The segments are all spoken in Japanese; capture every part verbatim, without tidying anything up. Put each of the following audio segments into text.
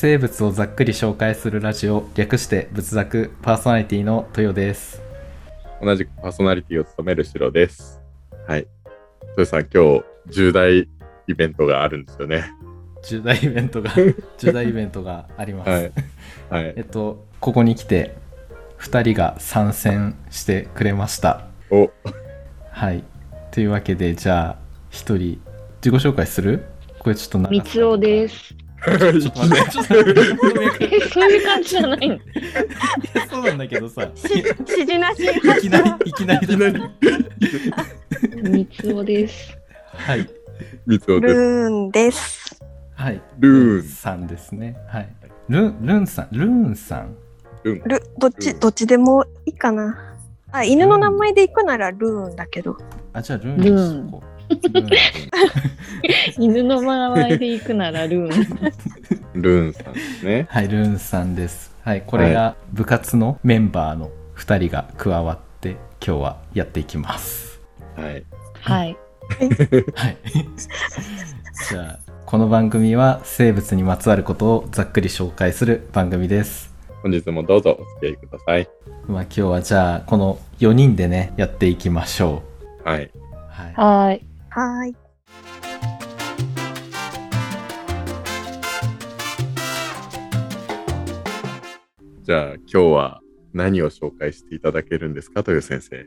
生物をざっくり紹介するラジオ、略して仏作、パーソナリティの豊です。 同じくパーソナリティを務めるシロです。はい。豊さん、今日重大イベントがあるんですよね。 重大イベントが重大イベントがあります。はい。はい、えっとここに来てふたりが参戦してくれました。 お。 はい。というわけで、じゃあひとり自己紹介する？これちょっと長みつおです。 ちょっと待って、ちょっと待ってえ、そういう感じじゃないの？いや、そうなんだけどさ。 指示なし。 いきなり、いきなり、いきなり。 みつおです。 はい。 みつおです。 ルーンです。 はい。 ルーンさんですね。はい。ルン、ルンさん、ルーンさん。 ルン。 ル、どっち、どっちでもいいかな。あ、犬の名前で行くならルーンだけど。 あ、じゃあルーンにしとこう。 犬の名前で行くならルーン。 ルーンさんですね。 はい、ルーンさんです。はい、これが部活のメンバーのふたりが加わって今日はやっていきます。 はい。 はい。 はい。じゃあこの番組は生物にまつわることをざっくり紹介する番組です。 本日もどうぞお付き合いください。 まあ今日はじゃあこのよにんでねやっていきましょう。はい。 はい。 はい。 はい。 じゃあ今日は何を紹介していただけるんですか、豊先生。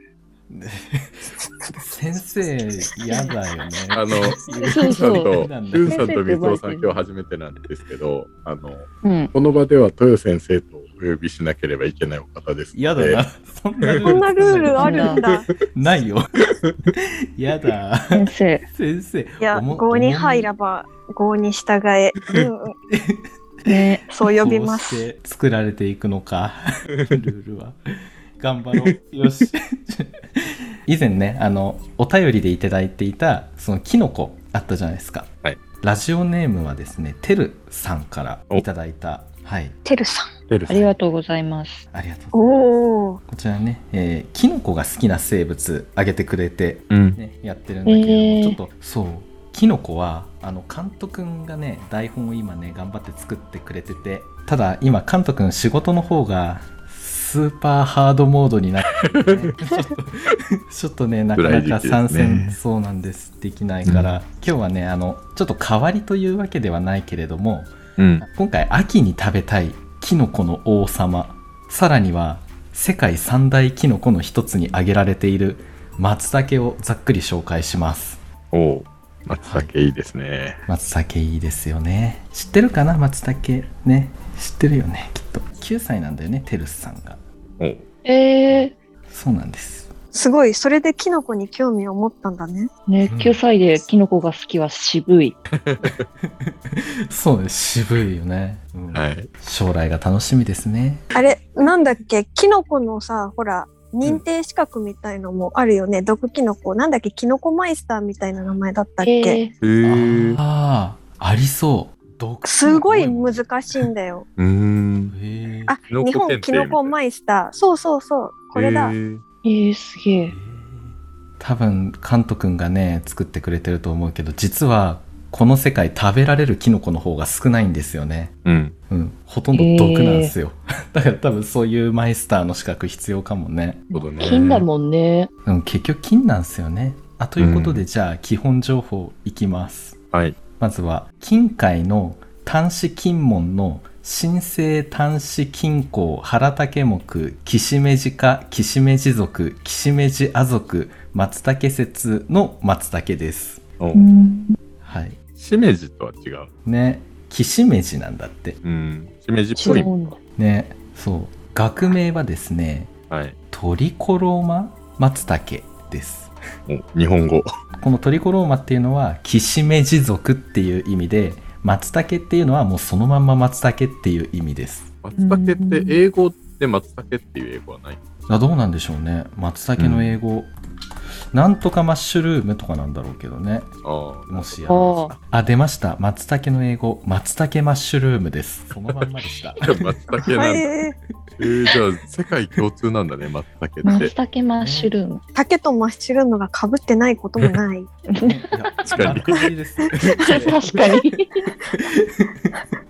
先生嫌だよね。 あのルーンさんとルーンさんとみつおさん今日初めてなんですけど、あの、うん、この場では豊先生とお呼びしなければいけないお方ですので。 嫌だな。そんなルール、 そんなルールあるんだ。 ないよ。嫌だ。 先生。 先生。いや、郷に入らば郷に従え。うんね、そう呼びます。 こうして作られていくのか。ルールは。頑張ろう。よし。以前ね、あのお便りでいただいていたそのキノコあったじゃないですか。 はい。 ラジオネームはですね、てるさんからいただいた。はい。 てるさん。 ありがとうございます。 ありがとうございます。 おお。 こちらね、えー、キノコが好きな生物あげてくれて、ね、うん、やってるんだけれども、えー、ちょっとそうキノコはあのカント君がね台本を今ね頑張って作ってくれてて、ただ今カント君仕事の方がスーパーハードモードになってて、ね、ちょっとちょっとねなかなか参戦、ね、そうなんですできないから、うん、今日はねあのちょっと代わりというわけではないけれども、うん、今回秋に食べたいキノコの王様、さらには世界三大キノコの一つに挙げられている松茸をざっくり紹介します。 おう、松茸いいですね、はい、 松茸いいですよね。知ってるかな、松茸ね。知ってるよね、きっと。きゅうさいなんだよね、テルスさんが。 おう、 えー、 そうなんです。 すごい、それでキノコに興味を持ったんだね。 ね、きゅうさいでキノコが好きは渋い。 そうね、渋いよね、うん、 はい。 将来が楽しみですね。 あれ、なんだっけ、キノコのさ、ほら認定資格みたいのもあるよね、うん、毒キノコ。なんだっけ、キノコマイスターみたいな名前だったっけ。 えー、ああ、ありそう。 すごい難しいんだよ。 うーん、 あ、日本キノコマイスター。そうそうそう、これだ。 えー、えー、すげえ。 多分カント君がね作ってくれてると思うけど、実はこの世界食べられるキノコの方が少ないんですよね。 うん、 うん、ほとんど毒なんですよ、えー、だから多分そういうマイスターの資格必要かもね。 金だもんね。 うん、結局金なんですよね。あ、ということで、うん、じゃあ基本情報いきます。 はい。 まずは金界の単子金門の新生単子金鉱原竹目キシメジ科キシメジ属キシメジア属松茸節の松茸です。 お、 はい。 しめじとは違うね。キシメジなんだって。 うん、しめじっぽいね。そう、学名はですね、 はい、 トリコローマ松茸です。 お、日本語。 このトリコローマっていうのはキシメジ属っていう意味で、松茸っていうのはもうそのまんま松茸っていう意味です。 松茸って英語で松茸っていう英語はない？ あ、どうなんでしょうね。松茸の英語、うん、なんとかマッシュルームとかなんだろうけどね。 あ、 もしやああ出ました。松茸の英語松茸マッシュルームです。そのまんまでした。 松茸なんだ。えー、じゃあ世界共通なんだね、松茸って。 松茸マッシュルーム。 竹とマッシュルームが被ってないこともない。いや、確かに。 確かに。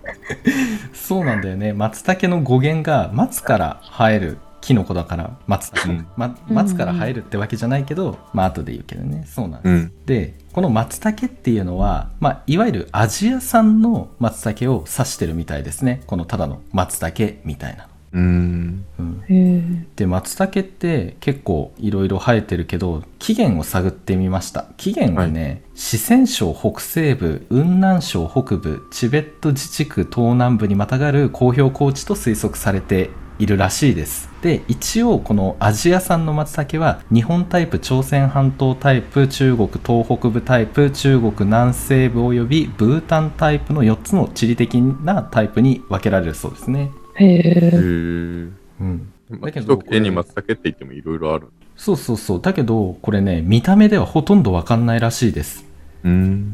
そうなんだよね。松茸の語源が松から生えるキノコだから松茸、うんま、松から生えるってわけじゃないけど、まあ後で言うけどね。そうなんです、うん、でこの松茸っていうのは、まあ、いわゆるアジア産の松茸を指してるみたいですね。このただの松茸みたいな。うーん、うん、で松茸って結構いろいろ生えてるけど起源を探ってみました。起源はね、はい、四川省北西部、雲南省北部、チベット自治区東南部にまたがる高標高地と推測されているらしいです。で一応このアジア産の松茸は日本タイプ、朝鮮半島タイプ、中国東北部タイプ、中国南西部およびブータンタイプのよっつの地理的なタイプに分けられるそうですね。 へえ。 うん。だけど一口に松茸って言ってもいろいろある。 そうそうそう。だけどこれね、見た目ではほとんど分かんないらしいです。うん。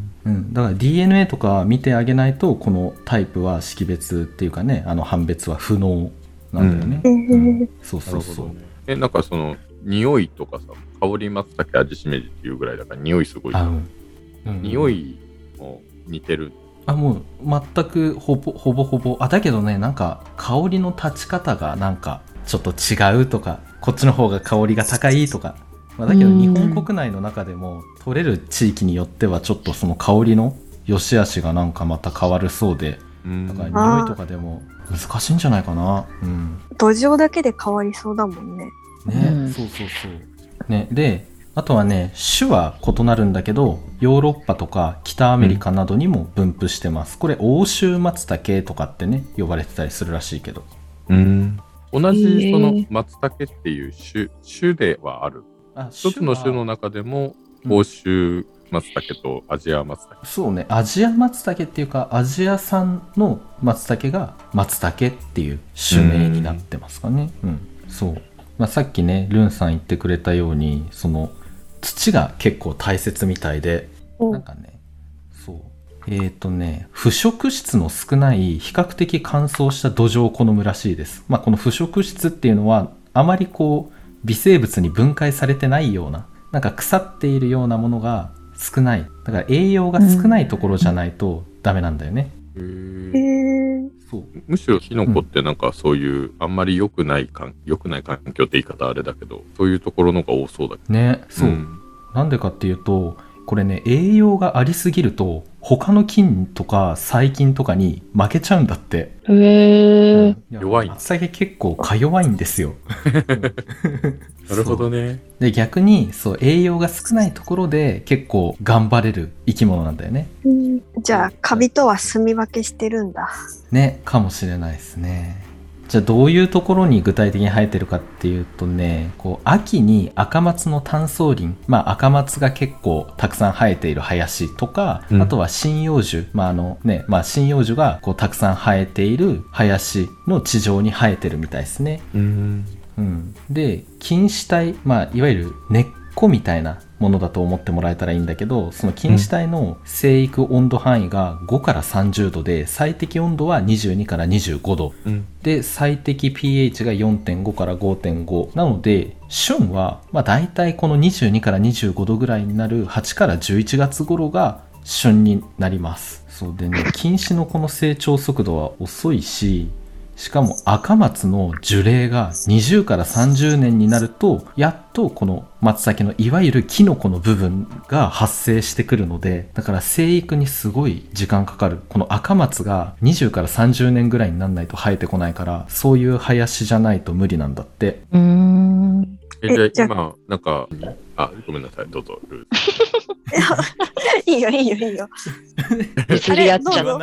うん、だから ディーエヌエー とか見てあげないとこのタイプは識別っていうかね、あの判別は不能なんだよね。うんうん、そうそうそう。ね、 え、なんかその匂いとかさ、香り松茸味しめじっていうぐらいだから匂いすごい。あ、うんうん、匂いも似てる。 あ、もう全くほぼほぼほぼ。あ、だけどね、なんか香りの立ち方がなんかちょっと違うとか、こっちの方が香りが高いとか。まあ、だけど日本国内の中でも取れる地域によってはちょっとその香りの良し悪しがなんかまた変わるそうで、だから匂いとかでも難しいんじゃないかな。うん、 土壌だけで変わりそうだもんね。 ね、うん、そうそうそう。ね、で、あとはね、種は異なるんだけど、ヨーロッパとか北アメリカなどにも分布してます。うん、これ欧州松茸とかってね、呼ばれてたりするらしいけど。 うん。同じその松茸っていう種、種ではある。あ、一つの種の中でも欧州松茸とアジア松茸、 うん、そうね、アジア松茸っていうかアジア産の松茸が松茸っていう種名になってますかね。うん、うん、そう、まあ、さっきねルンさん言ってくれたようにその土が結構大切みたいで、うん、なんかね、そう、えーとね腐食質の少ない比較的乾燥した土壌を好むらしいです。まあ、この腐食質っていうのはあまりこう微生物に分解されてないような、なんか腐っているようなものが少ない。だから栄養が少ないところじゃないとダメなんだよね。 へー。そう。むしろキノコってなんかそういう、うん、あんまり良くない環良くない環境って言い方あれだけど、そういうところのが多そうだけどね。そう、うん、なんでかっていうとこれね、栄養がありすぎると他の菌とか細菌とかに負けちゃうんだって。 へー、 うん、弱い。 松茸結構か弱いんですよ。 なるほどね。 で逆にそう栄養が少ないところで結構頑張れる生き物なんだよね。 うん、じゃあカビとは住み分けしてるんだね。かもしれないですね。じゃあどういうところに具体的に生えてるかっていうとね、こう秋に赤松の単層林、まあ赤松が結構たくさん生えている林とか、うん、あとは針葉樹、まああのね、まあ針葉樹がこうたくさん生えている林の地上に生えてるみたいですね。うんうん、で菌糸体、まあ、いわゆる根っこみたいなものだと思ってもらえたらいいんだけど、その菌糸体の生育温度範囲がごからさんじゅうどで最適温度はにじゅうにからにじゅうごど、うん、で最適 pH が よんてんご から ごてんご なので旬はまあ大体このにじゅうにからにじゅうごどぐらいになるはちからじゅういちがつ頃が旬になります。そうでね、菌糸のこの成長速度は遅いし、しかも赤松の樹齢がにじゅうからさんじゅうねんになるとやっとこの松茸のいわゆるキノコの部分が発生してくるので、だから生育にすごい時間かかる。この赤松がにじゅうからさんじゅうねんぐらいにならないと生えてこないから、そういう林じゃないと無理なんだって。 うーん。 え、じゃあ今なんかあごめんなさい、どうぞ。 いいよいいよいいよ。 釣り合っちゃって。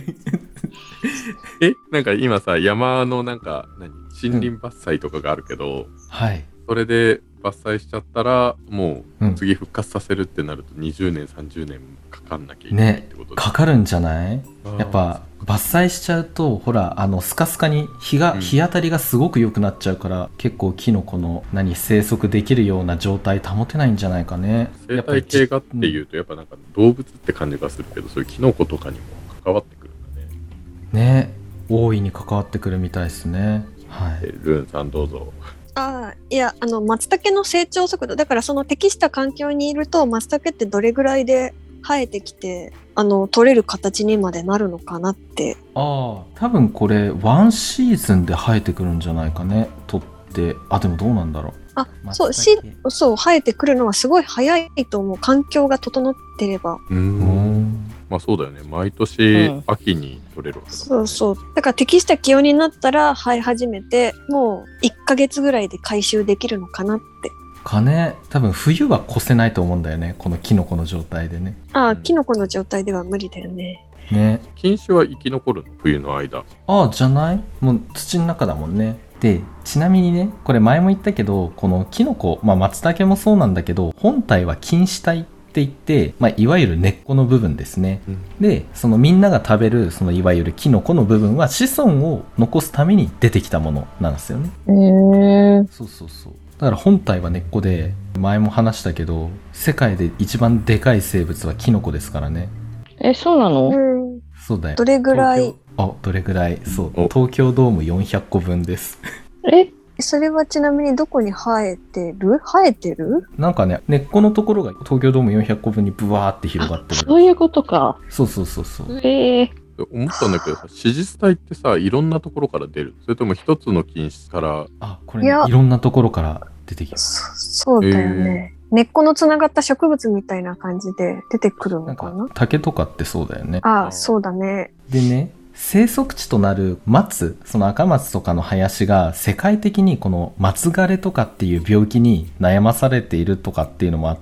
え、なんか今さ、山のなんか何森林伐採とかがあるけど、うん、 はい、 それで伐採しちゃったらもう次復活させるってなるとにじゅうねんさんじゅうねんかかんなきゃいけないってことで、 ね、かかるんじゃない？やっぱ伐採しちゃうとほらあのスカスカに日が、うん、日当たりがすごく良くなっちゃうから結構キノコの何生息できるような状態保てないんじゃないかね。 生態系がっていうとやっぱなんか動物って感じがするけど、そういうキノコとかにも関わってくるんだね。 ね、大いに関わってくるみたいですね。はい。 ルーンさんどうぞ。 ああ、いや、あの松茸の成長速度だから、その適した環境にいると松茸ってどれぐらいで生えてきてあの取れる形にまでなるのかなって。 ああ、多分これワンシーズンで生えてくるんじゃないかね。取って、あ、でもどうなんだろう。 あ、そうしそう生えてくるのはすごい早いと思う。環境が整ってれば。 うーん、まあそうだよね。毎年秋に取れるわけだ、ね、 そうそう。だから適した気温になったら生え始めて、もういっかげつぐらいで回収できるのかなって。 かね。多分冬は越せないと思うんだよね、このキノコの状態でね。 ああ、うん、キノコの状態では無理だよね。 ね。 菌種は生き残るの、冬の間。 ああ、じゃない？もう土の中だもんね。で、ちなみにね、これ前も言ったけど、このキノコ、まあ松茸もそうなんだけど、本体は菌糸体って言って、まあ、いわゆる根っこの部分ですね、うん、でそのみんなが食べるそのいわゆるキノコの部分は子孫を残すために出てきたものなんですよね。 へー。 そうそうそう。だから本体は根っこで、前も話したけど世界で一番でかい生物はキノコですからね。 え、そうなの？ うん、 そうだよ。 どれぐらい？ あ、どれぐらい？そう、東京ドームよんひゃっこぶんです。 え、 それはちなみにどこに生えてる？生えてる？ なんかね、根っこのところが東京ドームよんひゃっこぶんにブワーって広がってる。 そういうことか。 そうそうそうそう。 えー、 思ったんだけどさ、子実体ってさ、いろんなところから出る？それとも一つの菌糸から？ あ、これ、ね、い, いろんなところから出てきます。 そ, そうだよね。えー、根っこのつながった植物みたいな感じで出てくるのかな？ なんか竹とかってそうだよね。 ああ、そうだね。 でね、生息地となる松、その赤松とかの林が世界的にこの松枯れとかっていう病気に悩まされているとかっていうのもあって、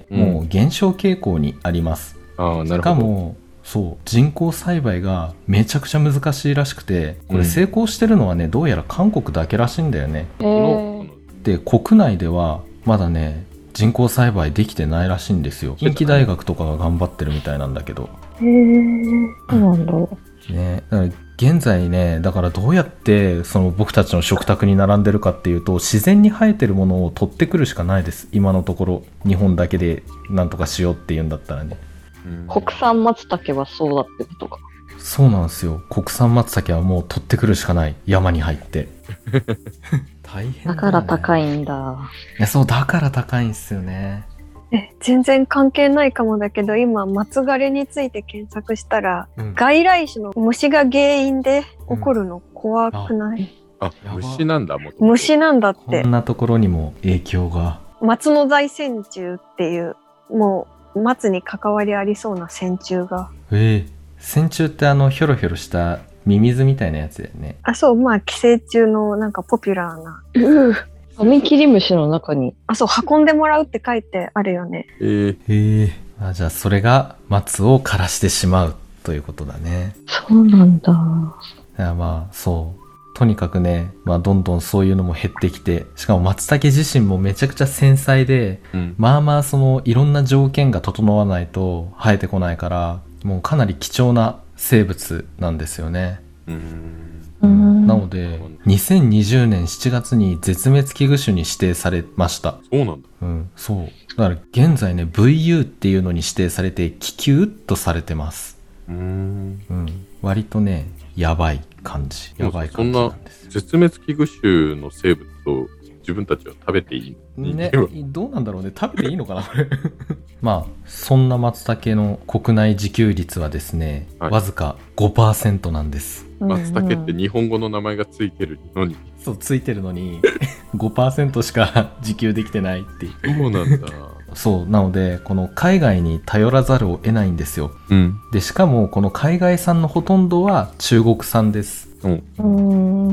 うん、もう減少傾向にあります。 ああ、なるほど。 しかもそう人工栽培がめちゃくちゃ難しいらしくて、これ成功してるのはね、うん、どうやら韓国だけらしいんだよね。 えー、 で国内ではまだね人工栽培できてないらしいんですよ。近畿大学とかが頑張ってるみたいなんだけど。 へえ、そうなんだ。 ね、だから現在ね、だからどうやってその僕たちの食卓に並んでるかっていうと、自然に生えてるものを取ってくるしかないです。今のところ日本だけでなんとかしようっていうんだったらね。 国産松茸はそうだってことか。 そうなんですよ。国産松茸はもう取ってくるしかない。山に入って大変だ、ね、 だから高いんだ。 いや、そうだから高いんですよね。 え、全然関係ないかもだけど、今松枯れについて検索したら、うん、外来種の虫が原因で起こるの怖くない？うん、 あ, あ、虫なんだ。もと虫なんだって。 こんなところにも影響が。 松の在線虫っていう、もう松に関わりありそうな線虫が。 えー、線虫ってあのヒョロヒョロしたミミズみたいなやつだよね。 あ、そう、まあ寄生虫のなんかポピュラーな。 カミキリムシの中に。 あ、そう、運んでもらうって書いてあるよね。 へー、 へー。あ、じゃあそれが松を枯らしてしまうということだね。 そうなんだ。 いや、まあそうとにかくね、まあどんどんそういうのも減ってきて、しかも松茸自身もめちゃくちゃ繊細で、うん、まあまあそのいろんな条件が整わないと生えてこないから、もうかなり貴重な生物なんですよね。 うーん、 なのでにせんにじゅうねんしちがつに絶滅危惧種に指定されました。 そうなんだ。 うん、そうだから現在ね ブイユー っていうのに指定されて危急とされてます。 うーん、 うん、割とねやばい感じやばい感じなんです。 そんな絶滅危惧種の生物を自分たちは食べていいね、どうなんだろうね、食べていいのかなまあそんな松茸の国内自給率はですね、はい、わずか ごパーセント なんです。 松茸って日本語の名前がついてるのに。 そうついてるのにごパーセント しか自給できてないっていう。 そうなんだ。 そうなのでこの海外に頼らざるを得ないんですよ、 うん、 でしかもこの海外産のほとんどは中国産です。 うん、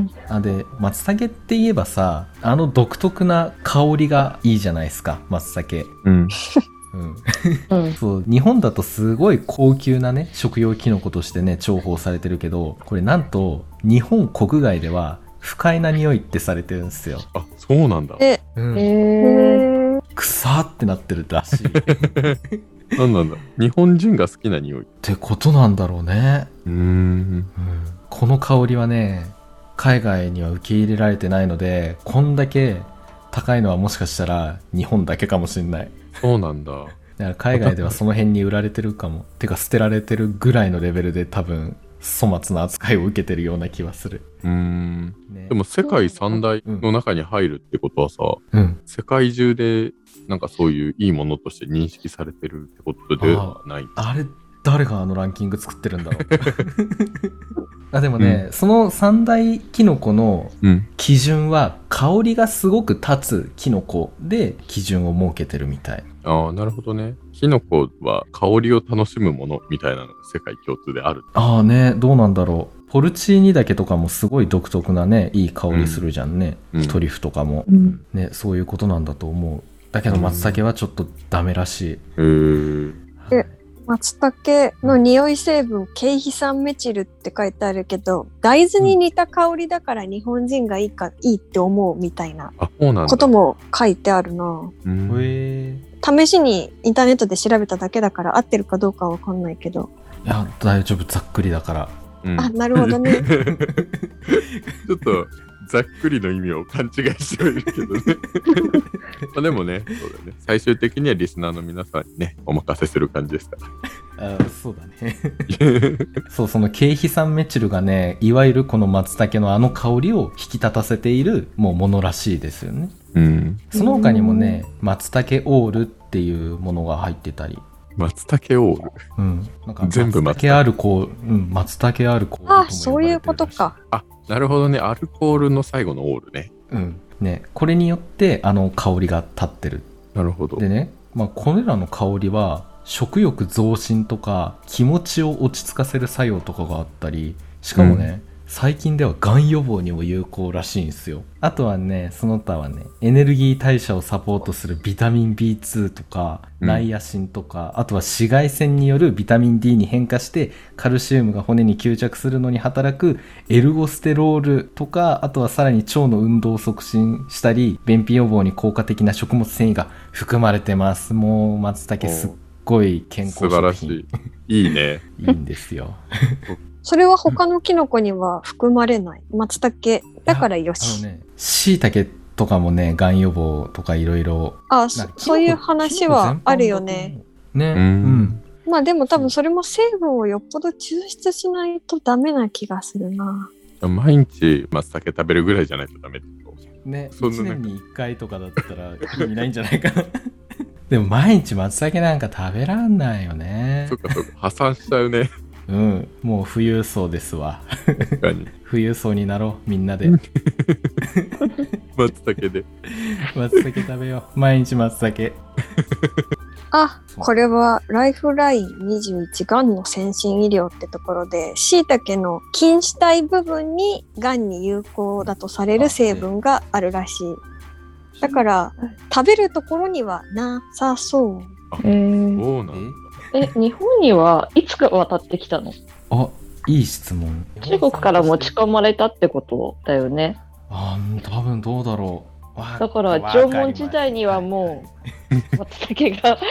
あで松茸って言えばさ、あの独特な香りがいいじゃないですか、松茸。 うんうん、そう日本だとすごい高級なね食用キノコとしてね重宝されてるけど、これなんと日本国外では不快な匂いってされてるんですよ。 あ、そうなんだ。 え、 うん、 えー、 臭ーってなってるらしい。 なんなんだ、日本人が好きな匂いってことなんだろうね。 うーん、うん、 この香りはね海外には受け入れられてないので、こんだけ高いのはもしかしたら日本だけかもしれない。 そうなんだ。 だから海外ではその辺に売られてるかもてか捨てられてるぐらいのレベルで多分粗末な扱いを受けてるような気はする。 うーん、ね、でも世界三大の中に入るってことはさ、 うん、 世界中でなんかそういういいものとして認識されてるってことではない。 あ, あれ誰があのランキング作ってるんだろうあでもね、うん、その三大キノコの基準は香りがすごく立つキノコで基準を設けてるみたい。 ああ、なるほどね。キノコは香りを楽しむものみたいなのが世界共通である。 ああね、どうなんだろう。ポルチーニ茸とかもすごい独特なね、いい香りするじゃんね、うん、トリュフとかも、うん、ね、そういうことなんだと思う。だけど松茸はちょっとダメらしい。 へー。 え、松茸の匂い成分ケイヒ酸メチルって書いてあるけど、大豆に似た香りだから日本人がいいか、うん、いいって思うみたいなことも書いてあるな。 へー。 試しにインターネットで調べただけだから合ってるかどうかは分かんないけど。 いや大丈夫、ざっくりだから、 うん、あ、なるほどねちょっとざっくりの意味を勘違いしてはいるけどねまあでもね、そうだね、最終的にはリスナーの皆さんにねお任せする感じですからあ、そうだねそう、そのケイヒ酸メチルがね、いわゆるこの松茸のあの香りを引き立たせているもうものらしいですよね。 うん、 その他にもね、松茸オールっていうものが入ってたり。 松茸オール、 うん、なんか全部松茸アルコール、うん、松茸アルコールとも呼ばれてるらしい。 あ、そういうことか。 あ、なるほどね、アルコールの最後のオールね。 うん、ね、これによってあの香りが立ってる。 なるほど。 でね、まあ、これらの香りは食欲増進とか気持ちを落ち着かせる作用とかがあったり、しかもね、うん、最近ではがん予防にも有効らしいんですよ。あとはね、その他はね、エネルギー代謝をサポートするビタミン ビーツー とか、うん、ナイアシンとか、あとは紫外線によるビタミン ディー に変化してカルシウムが骨に吸着するのに働くエルゴステロールとか、あとはさらに腸の運動を促進したり便秘予防に効果的な食物繊維が含まれてます。もう松茸すっごい健康食品。 素晴らしい。いいね。 いいんですよそれは他のキノコには含まれない。松茸だからよし。 しいたけとかもね、がん予防とかいろいろ。 あ、そういう話はあるよね。 ね。うん。 まあでも多分それも成分をよっぽど抽出しないとダメな気がするな。 毎日松茸食べるぐらいじゃないとダメってこと。 ね。いちねんにいっかいとかだったら意味ないんじゃないかな。でも毎日松茸なんか食べらんないよね。 そっかそっか、破産しちゃうね。 うん、もう富裕層ですわ。 確かに富裕層になろう、みんなで。 松茸で。 松茸食べよう。毎日松茸。 あ、これはライフラインにじゅういちがんの先進医療ってところで、椎茸の菌糸体部分にがんに有効だとされる成分があるらしい。だから食べるところにはなさそう。 えー、そうなんだ。 え、日本にはいつか渡ってきたの？ あ、いい質問。 中国から持ち込まれたってことだよね。 あ、多分どうだろう。 だから縄文時代にはもう松茸が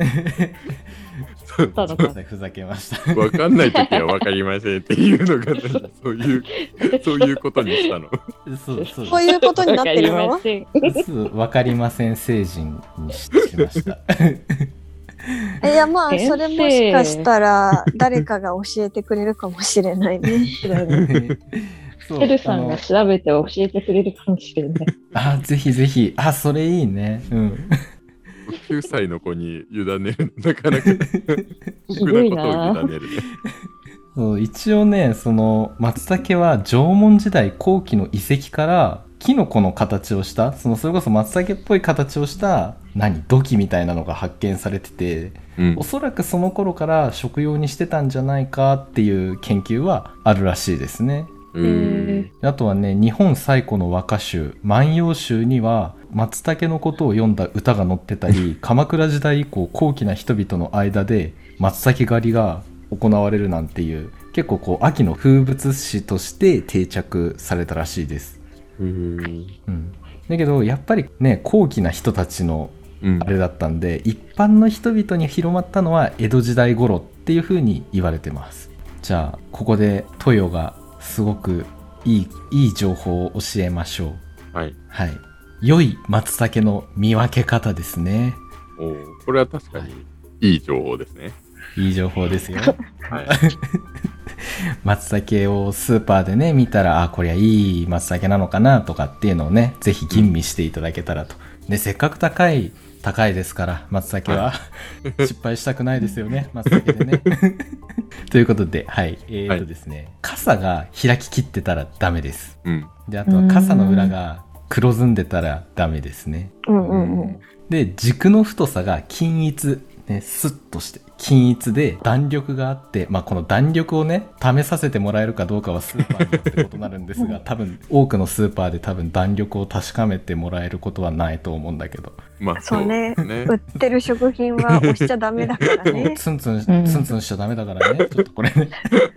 たのか。ふざけました。 わかんないときはわかりませんっていうのがそういうそういうことにしたの。 そうそう。 そういうことになってるの？ わかりません成人にしました。 いや、まあそれもしかしたら誰かが教えてくれるかもしれないね。 てるさんが調べて教えてくれるかもしれない。 あ、ぜひぜひ。あ、それいいね。うん。 きゅうさいの子に委ねる、なかなか酷なことを委ねるね。 そう、一応ね、その松茸は縄文時代後期の遺跡からキノコの形をした、そのそれこそ松茸っぽい形をした何土器みたいなのが発見されてて、うん、おそらくその頃から食用にしてたんじゃないかっていう研究はあるらしいですね。あとはね、日本最古の和歌集万葉集には松茸のことを詠んだ歌が載ってたり鎌倉時代以降高貴な人々の間で松茸狩りが行われるなんていう結構こう秋の風物詩として定着されたらしいです。 うーん、 うん、だけどやっぱりね高貴な人たちのあれだったんで、うん、一般の人々に広まったのは江戸時代頃っていう風に言われてます。じゃあここでトヨがすごくいい、いい情報を教えましょう。はい。 はい。良い松茸の見分け方ですね。 お、これは確かにいい情報ですね。 いい情報ですよ。 はい。 松茸をスーパーでね見たら、あこりゃいい松茸なのかなとかっていうのをねぜひ吟味していただけたらと、でせっかく高い高いですから松茸は、はい、失敗したくないですよね松茸でねということではいえー、とですね、はい、傘が開ききってたらダメです、うん、であとは傘の裏が黒ずんでたらダメですね、うんうんうん、で軸の太さが均一ね、スッとして均一で弾力があって、まあ、この弾力をね試させてもらえるかどうかはスーパーによって異なるんですが多分多くのスーパーで多分弾力を確かめてもらえることはないと思うんだけど、 まあそうね、ね売ってる食品は押しちゃダメだからねツンツンツンツンしちゃダメだからね、ちょっとこれね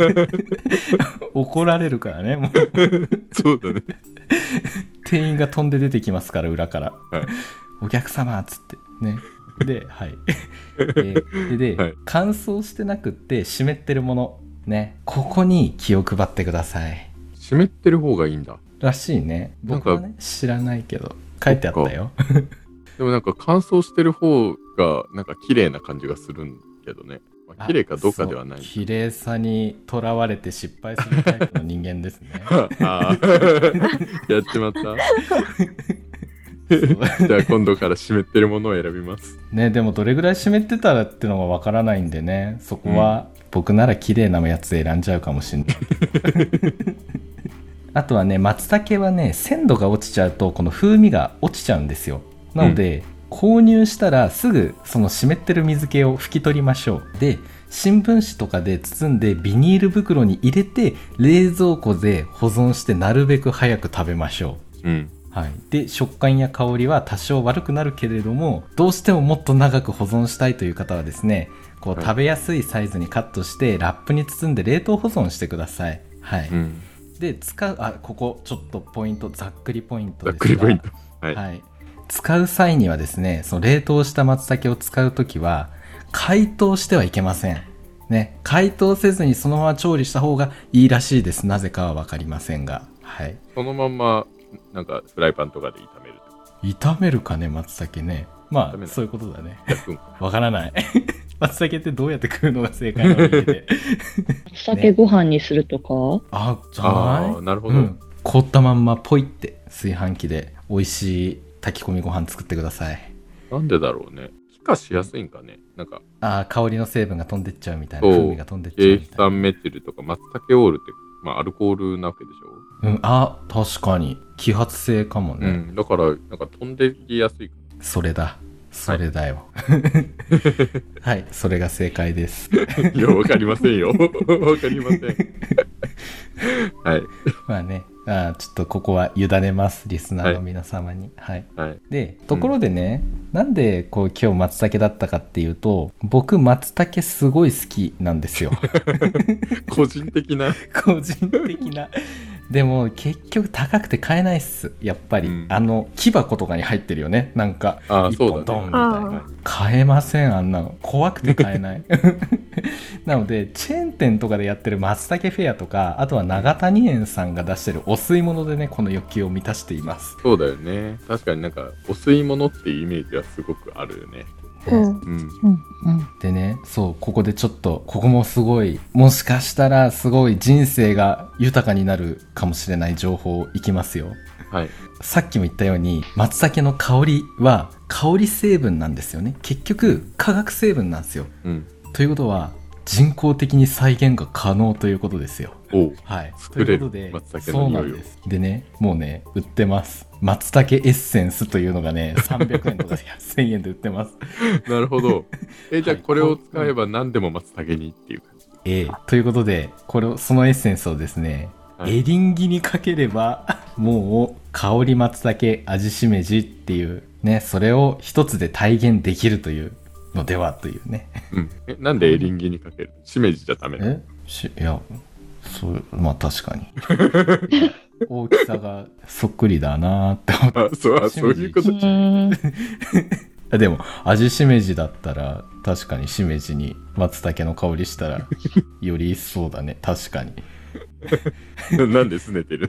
怒られるからねもうそうだね店員が飛んで出てきますから裏から、はい、お客様っつってねで、はい。えー、で、で、はい、乾燥してなくって湿ってるものね、ここに気を配ってください。 湿ってる方がいいんだ。 らしいね。僕はね知らないけど書いてあったよ。 でもなんか乾燥してる方がなんか綺麗な感じがするんけどね。まあ、綺麗かどうかではない。 綺麗さにとらわれて失敗するタイプの人間ですね。 あやっちまった。じゃあ今度から湿ってるものを選びますね。でもどれぐらい湿ってたらってのがわからないんでね、そこは僕なら綺麗なやつ選んじゃうかもしれないあとはね松茸はね鮮度が落ちちゃうとこの風味が落ちちゃうんですよ。なので、うん、購入したらすぐその湿ってる水気を拭き取りましょう。で新聞紙とかで包んでビニール袋に入れて冷蔵庫で保存してなるべく早く食べましょう、うんはい、で食感や香りは多少悪くなるけれどもどうしてももっと長く保存したいという方はですねこう食べやすいサイズにカットしてラップに包んで冷凍保存してください、はいうん、で使うあここちょっとポイントざっくりポイントですがざっくりポイント、はいはい、使う際にはですねその冷凍した松茸を使うときは解凍してはいけませんね。解凍せずにそのまま調理した方がいいらしいです。なぜかは分かりませんが、はい、 そのままなんかフライパンとかで炒める炒めるかね松茸ね。まあそういうことだね。わからない松茸ってどうやって食うのが正解なの家で松茸ご飯にするとか、ね、 あじゃないあなるほど、うん、 凍ったまんまポイって炊飯器で美味しい炊き込みご飯作ってください。 なんでだろうね。気化しやすいんかね。なんかあ香りの成分が飛んでっちゃうみたいな風味が飛んでっちゃうみたいな。 エキサンメチルとか松茸オールってまあアルコールなわけでしょ。 うん、あ確かに揮発性かもね、うん、 だからなんか飛んできやすい。 それだそれだよはい、はい、それが正解ですいやわかりませんよわかりませんはいまあねあちょっとここは委ねますリスナーの皆様に、はい、はい、でところでね、うん、なんでこう今日松茸だったかっていうと僕松茸すごい好きなんですよ個人的な個人的なでも結局高くて買えないっすやっぱり、うん、あの木箱とかに入ってるよねなんか一本ドンみたいな、買えませんあんなの怖くて買えないなのでチェーン店とかでやってる松茸フェアとかあとは長谷園さんが出してるお吸い物でねこの欲求を満たしています。 そうだよね確かになんかお吸い物っていうイメージはすごくあるよね。 うんうんうん、でねそうここでちょっとここもすごいもしかしたらすごい人生が豊かになるかもしれない情報いきますよ、はい、さっきも言ったように松茸の香りは香り成分なんですよね。結局化学成分なんですよ、うん、ということは人工的に再現が可能ということですよ。 おはい、 作れるということでそうなんです。でねもうね売ってます松茸エッセンスというのがねさんびゃくえんとかせんえんで売ってますなるほどえじゃあこれを使えば何でも松茸にっていう感じ、 えー、ということでこれをそのエッセンスをですね、はい、エリンギにかければもう香り松茸味しめじっていうねそれを一つで体現できるというのではというね、 うん、えなんでエリンギにかけるしめじじゃダメなの？ えしいやそうまあ確かに大きさがそっくりだなって思ってあそうそういうことじゃでも味しめじだったら確かにしめじに松茸の香りしたらより一層だね確かになんで拗ねてる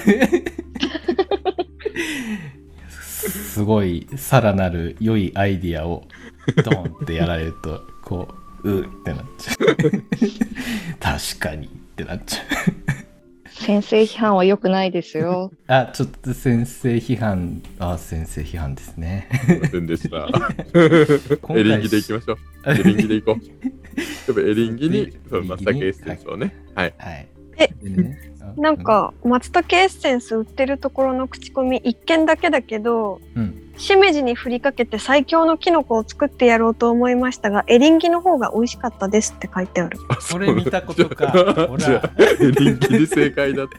すごいさらなる良いアイディアをドンってやられるとこううってなっちゃう確かにってなっちゃう。 先生批判は良くないですよ。 あ、ちょっと先生批判、あ、先生批判ですね。 すいませんでした。エリンギでいきましょう。エリンギでいこう。エリンギにその松茸エッセンスをね。はい。はい。 え、なんか松茸エッセンス売ってるところの口コミ一件だけだけど、うん、しめじに振りかけて最強のキノコを作ってやろうと思いましたが、エリンギの方が美味しかったですって書いてある。 それ見たことか。ほら、 エリンギで正解だった。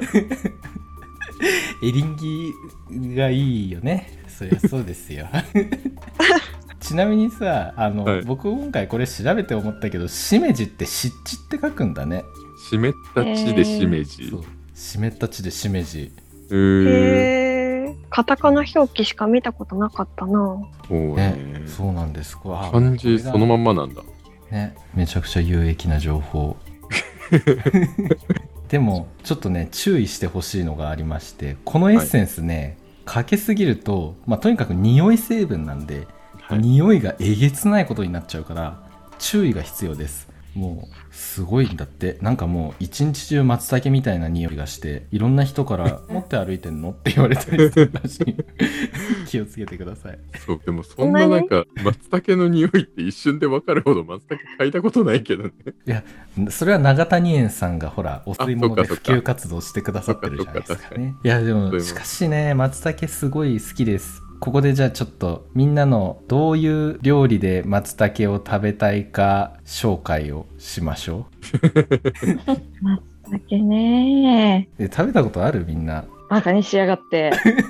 エリンギがいいよね。そりゃそうですよ。ちなみにさ、あの、はい、僕今回これ調べて思ったけど、しめじって湿地って書くんだね。 湿った地でしめじ、えー、そう、 湿った地でしめじ。 へえ。カタカナ表記しか見たことなかったな。 そうね。 ね、そうなんです。 漢字そのまんまなんだ。 ね、めちゃくちゃ有益な情報。でもちょっとね注意してほしいのがありまして、このエッセンスね、はい、かけすぎると、まあ、とにかく匂い成分なんで、はい、匂いがえげつないことになっちゃうから注意が必要です。もうすごいんだって。なんかもう一日中松茸みたいな匂いがして、いろんな人から持って歩いてんのって言われたりするらしい。気をつけてください。 そう、でもそんななんか松茸の匂いって一瞬で分かるほど松茸嗅いだことないけどね。いや、それは長谷園さんがほらお吸い物で普及活動してくださってるじゃないですかね。いやでもしかしね、松茸すごい好きです。ここでじゃあちょっとみんなのどういう料理で松茸を食べたいか紹介をしましょう。松茸ねー。食べたことある？みんな。 バカにしやがって。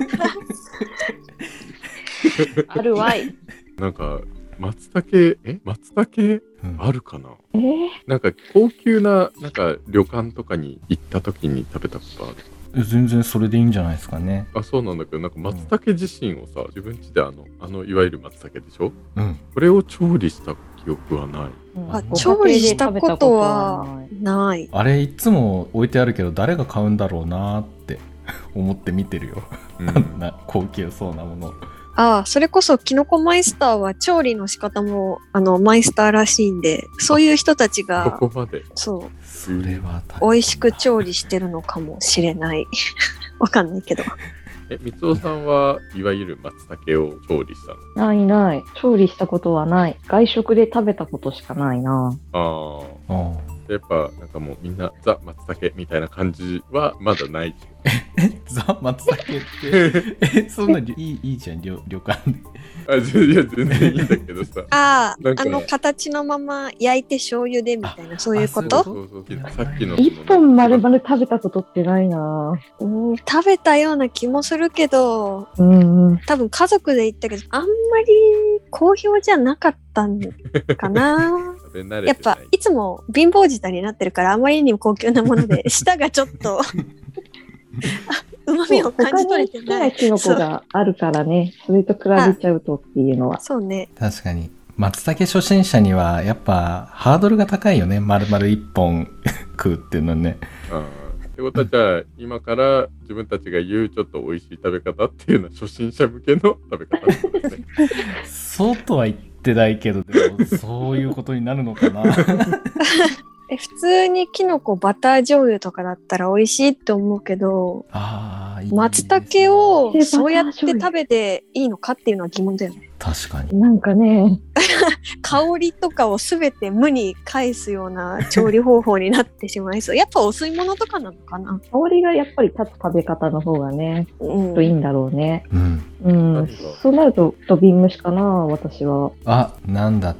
あるわい。 なんか松茸え松茸、うん、あるかな。 えー、 なんか高級ななんか旅館とかに行った時に食べたことある。 全然それでいいんじゃないですかね。 あ、そうなんだけど、なんか松茸自身をさ、うん、自分家であのあのいわゆる松茸でしょ、うん、これを調理した記憶はない。 あ、調理したことはない。 あれいつも置いてあるけど誰が買うんだろうなって思って見てるよ、うん、あんな高級そうなもの。 ああ、それこそキノコマイスターは調理の仕方もあのマイスターらしいんで、そういう人たちがここまでそうそれは美味しく調理してるのかもしれない。わかんないけど。 え、みつおさんはいわゆる松茸を調理したの？ ないない。調理したことはない。外食で食べたことしかないな。 ああ。やっぱなんかもうみんなザ松茸みたいな感じはまだない。 え、ザ松茸ってえ、そんなにいいいいじゃん、旅旅館で。 あ、いや全然いいんだけどさ。 ああ、あの形のまま焼いて醤油でみたいな、そういうこと？ そうそうそう、さっきの一本丸々食べたことってないな。 うん、食べたような気もするけど、 うんうん、 多分家族で行ったけどあんまり好評じゃなかったんかな。やっぱいつも貧乏舌になってるから、あまりにも高級なもので舌がちょっとうまみを感じ取れてない。 他に好きなキノコがあるからね、それと比べちゃうとっていうのは。 そうね。 確かに松茸初心者にはやっぱハードルが高いよね。丸々一本食うっていうのね。 あってことはじゃあ今から自分たちが言うちょっと美味しい食べ方っていうのは初心者向けの食べ方ですね。 そうとは言ってないけど、でもそういうことになるのかな。 え、普通にキノコバター醤油とかだったら美味しいって思うけど、 あ、いい松茸をそうやって食べていいのかっていうのは疑問だよね。 確かに。 なんかね、 香りとかをすべて無に返すような調理方法になってしまいそう。やっぱお吸い物とかなのかな。 香りがやっぱり立つ食べ方の方がね、うん、といいんだろうね。 うん。 うん、そうなるとドビン蒸しかな、私は。 あ、なんだって？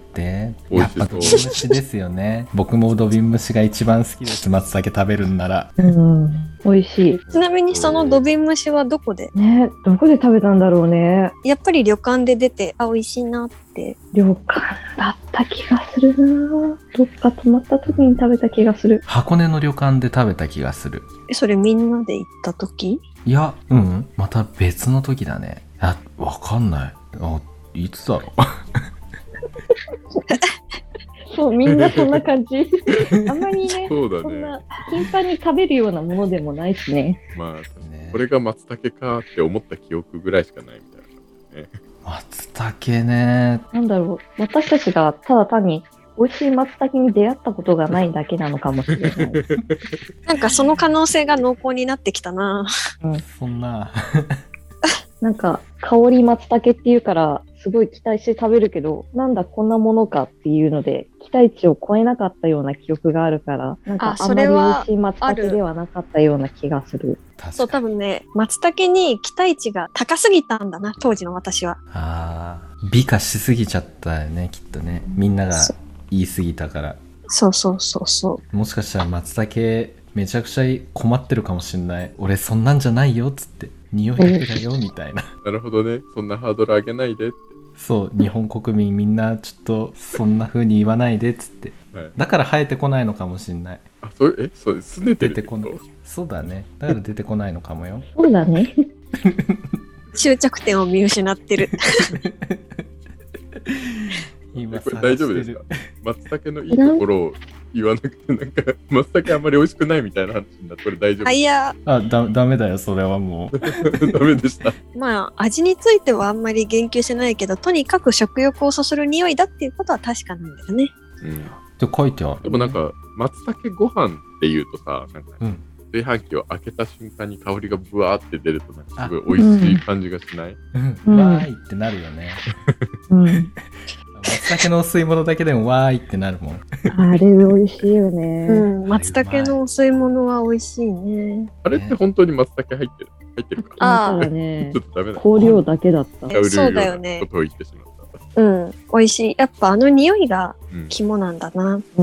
やっぱドビン蒸しですよね。僕もドビン蒸しが一番好きです。松茸食べるんなら。 うん、美味しい。 ちなみにそのドビン蒸しはどこで？ ね、どこで食べたんだろうね。 やっぱり旅館で出て、あ、美味しいなって。 旅館だった気がするな。どっか泊まった時に食べた気がする。 箱根の旅館で食べた気がする。 え、それみんなで行った時？ いや、うん、また別の時だね。あ、わかんない。あ、いつだろう。 そう、みんなそんな感じ。あんまりね、 そうだね、 そんな頻繁に食べるようなものでもないしね。 まあ、ね、これが松茸かって思った記憶ぐらいしかないみたいなね。 松茸ね。 なんだろう、私たちがただ単に美味しい松茸に出会ったことがないだけなのかもしれない。 なんかその可能性が濃厚になってきたな。 うん、 そんな。 なんか香り松茸っていうからすごい期待して食べるけど、なんだこんなものかっていうので期待値を超えなかったような記憶があるから、なんかあんまり美味しい松茸ではなかったような気がする。 そう、多分ね、松茸に期待値が高すぎたんだな、当時の私は。 ああ、美化しすぎちゃったよね、きっとね。みんなが言い過ぎたから。 そうそうそうそう。 もしかしたら松茸めちゃくちゃ困ってるかもしんない。俺そんなんじゃないよっつって。匂いだけだよみたいな。 なるほどね。そんなハードル上げないでって。 そう、日本国民みんなちょっとそんな風に言わないでっつって、はい、だから生えてこないのかもしんない。 あ、それえそうすねてるってこと？ 出てこない。そうだね。だから出てこないのかもよ。 そうだね。 終着点を見失ってる。 今これ大丈夫ですか？松茸のいいところを言わなくて、なんか松茸あんまり美味しくないみたいな話になって、これ大丈夫ですか？ いや、 あ、だダメだよ、それはもう。 ダメでした。 まあ味についてはあんまり言及してないけど、とにかく食欲をそそる匂いだっていうことは確かなんだよね。 うん。 って書いてある。 でもなんか松茸ご飯っていうとさ、なんか、 うん、 炊飯器を開けた瞬間に香りがブワーって出ると、なんかすごい美味しい感じがしない？ うん、うん、わーいってなるよね。うん。松茸のお吸い物だけでもわーいってなるもん。 あれ美味しいよね。 うん、松茸のお吸い物は美味しいね。 あれって本当に松茸入ってる？入ってるか？ ああ、ね、 ちょっとダメだ。 香料だけだった。 そうだよね。 ことを言ってしまった。 うん、美味しい。やっぱあの匂いが肝なんだな。 うん。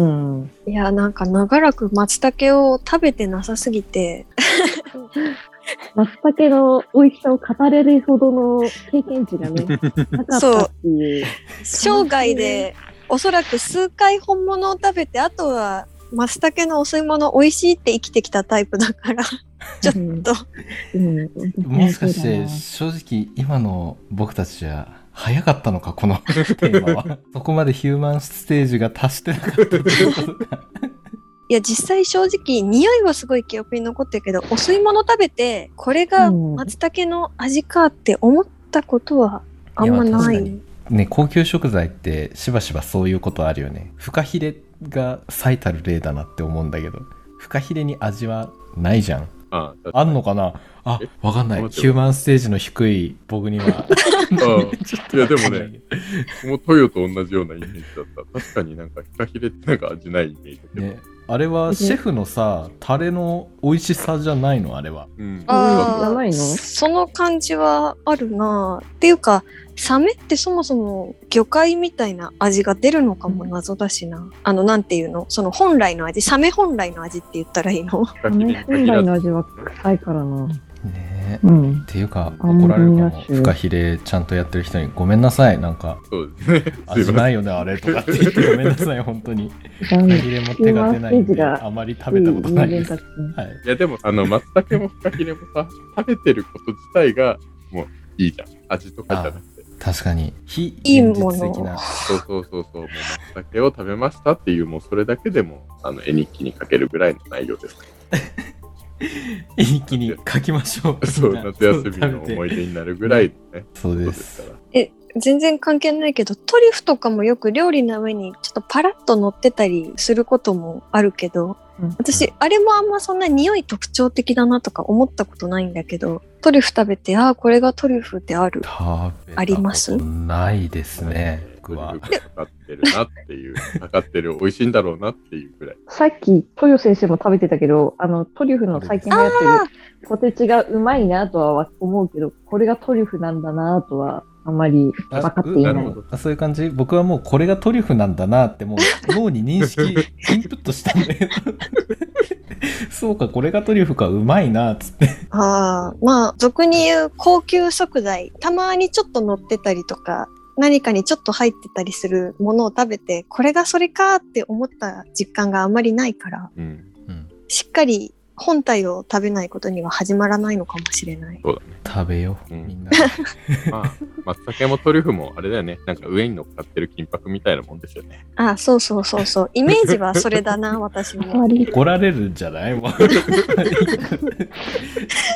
いや、なんか長らく松茸を食べてなさすぎて。 松茸の美味しさを語れるほどの経験値がね、なかったっていう。 生涯でおそらく数回本物を食べて、あとは松茸のお吸い物美味しいって生きてきたタイプだからちょっと、 うんうん、 もしかして正直今の僕たちは早かったのか、このテーマは。そこまでヒューマンステージが達してなかったということか。 いや、実際正直匂いはすごい記憶に残ってるけど、お吸い物食べてこれが松茸の味かって思ったことはあんまない。いね、高級食材ってしばしばそういうことあるよね。フカヒレが最たる例だなって思うんだけど、フカヒレに味はないじゃん。 あ, あ, あんのかなあ、わかんない。ヒューマンステージの低い僕には。 いやでもね、もうトヨと同じようなイメージだった。確かになんかフカヒレってなんか味ないイメージだけど、ね、 あれはシェフのさ、タレの美味しさじゃないのあれは。 うん、 あじゃないの？ その感じはあるな。っていうか、サメってそもそも魚介みたいな味が出るのかも謎だしな。うん、あの、なんていうの？その本来の味、サメ本来の味って言ったらいいの？ サメ本来の味は臭いからな。 ねえ、 うん、 っていうか怒られるかも。フカヒレちゃんとやってる人にごめんなさい、なんかそうですね、 味ないよねあれとかって言ってごめんなさい本当に。フカヒレも手が出ないんであまり食べたことないです。はい、 いやでもあの松茸もフカヒレもさ、食べてること自体がもういいじゃん、味とかじゃなくて。 確かに非現実的な。 そうそうそうそう、もう松茸を食べましたっていう、もうそれだけでもあの絵日記に書けるぐらいの内容ですから。 絵日記に書きましょう。 そう、夏休みの思い出になるぐらいね。 そうです。 え、全然関係ないけど、トリュフとかもよく料理の上にちょっとパラッと乗ってたりすることもあるけど、うん、私、うん、あれもあんまそんな匂い特徴的だなとか思ったことないんだけど、トリュフ食べて、ああ、これがトリュフってある？あります？ ないですね。 トリュフがかかってるなっていう、かかってる、美味しいんだろうなっていうくらい。 さっき、豊先生も食べてたけど、あの、トリュフの最近流行ってるポテチがうまいなとは思うけど、これがトリュフなんだなとは、あまり分かっていない。 あ、そういう感じ？僕はもうこれがトリュフなんだなってもう脳に認識、インプットしたんだけど。そうか、これがトリュフか、うまいなっつって。 ああ、まあ、俗に言う高級食材、たまにちょっと乗ってたりとか、何かにちょっと入ってたりするものを食べて、これがそれかって思った実感があまりないから、 うんうん、 しっかり本体を食べないことには始まらないのかもしれない。 そうだね。 食べよう、 うん、 みんな。 まあ、松茸もトリュフもあれだよね。なんか上に乗っかってる金箔みたいなもんですよね。 あ、そうそうそうそう。イメージはそれだな、私も。 怒られるんじゃない？もう。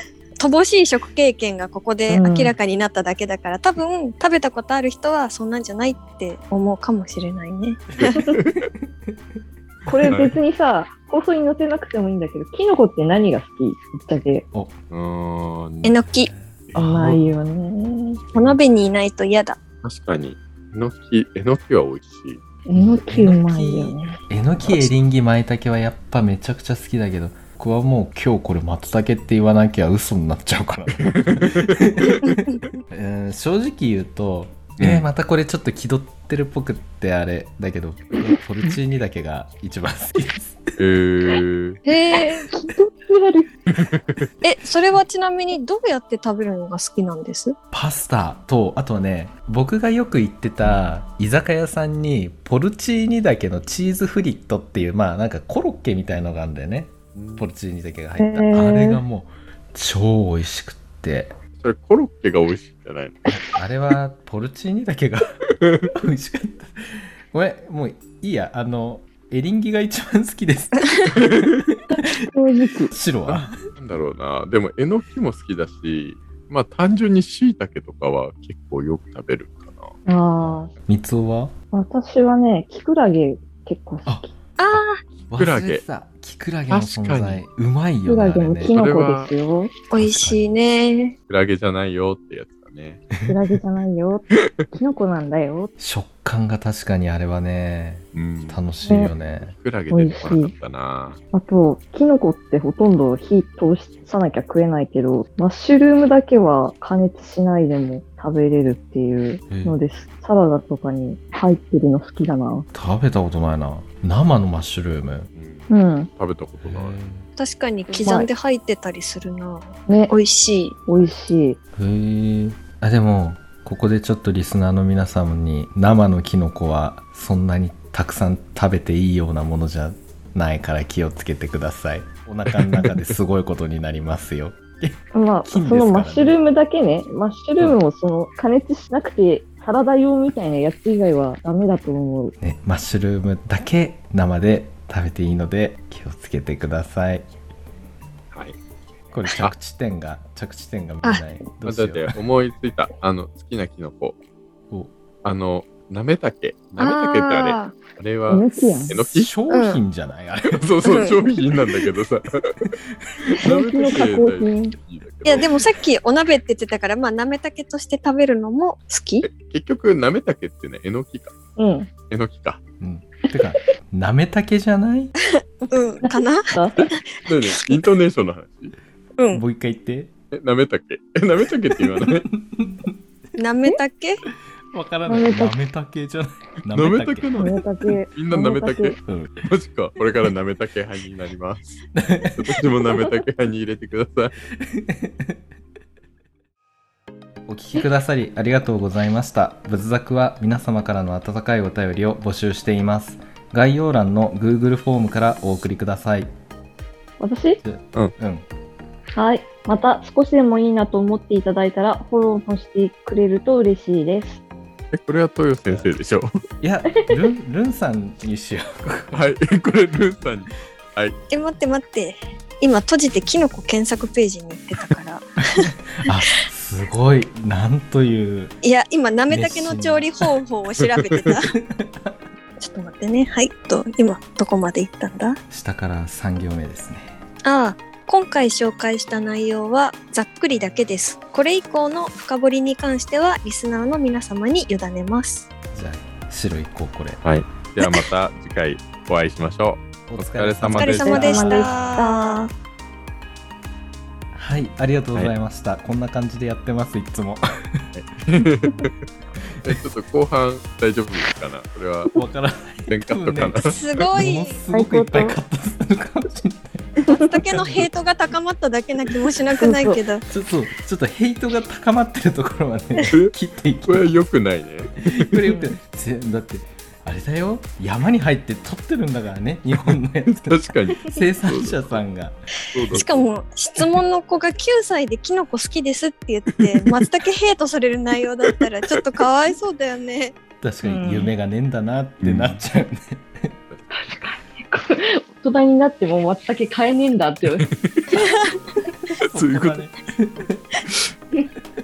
乏しい食経験がここで明らかになっただけだから、うん、多分食べたことある人はそんなんじゃないって思うかもしれないね。 これ別にさ、放送に載せなくてもいいんだけど、キノコって何が好き？ぶっちゃけ。 お、うーん。 えのき。 うまいよね。 お鍋にいないと嫌だ。 確かに。えのき、えのきは美味しい。 えのきうまいよね。 えのき、エリンギ、マイタケはやっぱめちゃくちゃ好きだけど、僕はもう今日これ松茸って言わなきゃ嘘になっちゃうから、えー、正直言うと、えー、またこれちょっと気取ってるっぽくってあれだけど、ポルチーニだけが一番好きです。 へー。 へー。 気取ってる。 え、それはちなみにどうやって食べるのが好きなんです？ パスタと、あとはね、僕がよく行ってた居酒屋さんにポルチーニだけのチーズフリットっていう、まあなんかコロッケみたいのがあるんだよね。ポルチーニだけが入った、あれがもう超美味しくって。 それコロッケが美味しいんじゃないの？ あれはポルチーニだけが美味しかった。ごめん、もういいや、あのエリンギが一番好きです。白はなんだろうな、でもえのきも好きだし、まあ単純に椎茸とかは結構よく食べるかな。 ああ。 みつおは？ 私はね、キクラゲ結構好き。 ああ。 キクラゲ。 キクラゲの存在うまいよね。 キクラゲもキノコですよ。 美味しいね。 キクラゲじゃないよってやつだね。 キクラゲじゃないよ。キノコなんだよ。 食感が確かにあれはね、うん、楽しいよね。 キクラゲ出てこなかったな。 あと、キノコってほとんど火通さなきゃ食えないけど、マッシュルームだけは加熱しないでも食べれるっていうのです。サラダとかに入ってるの好きだな。 食べたことないな。生のマッシュルーム。 うん。 食べたことない。 確かに刻んで入ってたりするな。 ね。 美味しい。 美味しい。 へえ。あ、でも、ここでちょっとリスナーの皆様に、生のキノコはそんなにたくさん食べていいようなものじゃないから気をつけてください。お腹の中ですごいことになりますよ。 まあ、そのマッシュルームだけね、マッシュルームをその加熱しなくて、サラダ用みたいなやつ以外はダメだと思う。 ね、マッシュルームだけ生で食べていいので気をつけてください。 はい。 これ着地点が着地点が見えない。どうしよう。 だって思いついた。あの好きなキノコ。あのなめたけ。なめたけってあれ。あれはえのきやん。 えのき商品じゃない、うん、あれ。 そうそう商品なんだけどさ。 なめたけの加工品。 いやでもさっきお鍋って言ってたから、まあなめたけとして食べるのも好き？ 結局なめたけってね、えのきか。 うん。 えのきか。 うん。てかなめたけじゃない？ うんかな？ だね、イントネーションの話。 うん。 もう一回言って。 え、なめたけ。え、なめたけって言わない？ なめたけ？ わからない。なめたけじゃない。 なめたけなの？みんななめたけ？うん。マジか。これからなめたけ派になります。私もなめたけ派に入れてください。 お聞きくださりありがとうございました。仏作は皆様からの温かいお便りを募集しています。概要欄の Google フォームからお送りください。 私？ うん。 うん。 はい。また少しでもいいなと思っていただいたらフォローもしてくれると嬉しいです。 え、これは豊先生でしょ？ いや、ルン、ルンさんにしよう。はい、これルンさんに。はい。 え、待って待って。今閉じてキノコ検索ページに行ってたから。 あ、すごい。なんという。 いや、今なめたけの調理方法を調べてた。ちょっと待ってね。はい。と今どこまで行ったんだ？ 下からさん行目ですね。 ああ。今回紹介した内容はざっくりだけです。これ以降の深掘りに関してはリスナーの皆様に委ねます。 じゃあ白いこうこれ。 はい。ではまた次回お会いしましょう。お疲れ様でした。 お疲れ様でした。 はい、ありがとうございました。はい、こんな感じでやってますいつも。 えちょっと後半大丈夫かな。これはわからない。 全カットかな。 ね、すごい。 ものすごくいっぱいカットするかもしれない。 松茸のヘイトが高まっただけな気もしなくないけどちょっとちょっとヘイトが高まってるところまで切っていきこれ良くないね。 これ良くないだってあれだよ、山に入って取ってるんだからね、日本のやつ。 確かに生産者さんが。 しかも質問の子がきゅうさいでキノコ好きですって言って松茸ヘイトされる内容だったらちょっとかわいそうだよね。 確かに夢がねえんだなってなっちゃうね、うん、 確かに大人になっても松茸買えねえんだってそういうこと。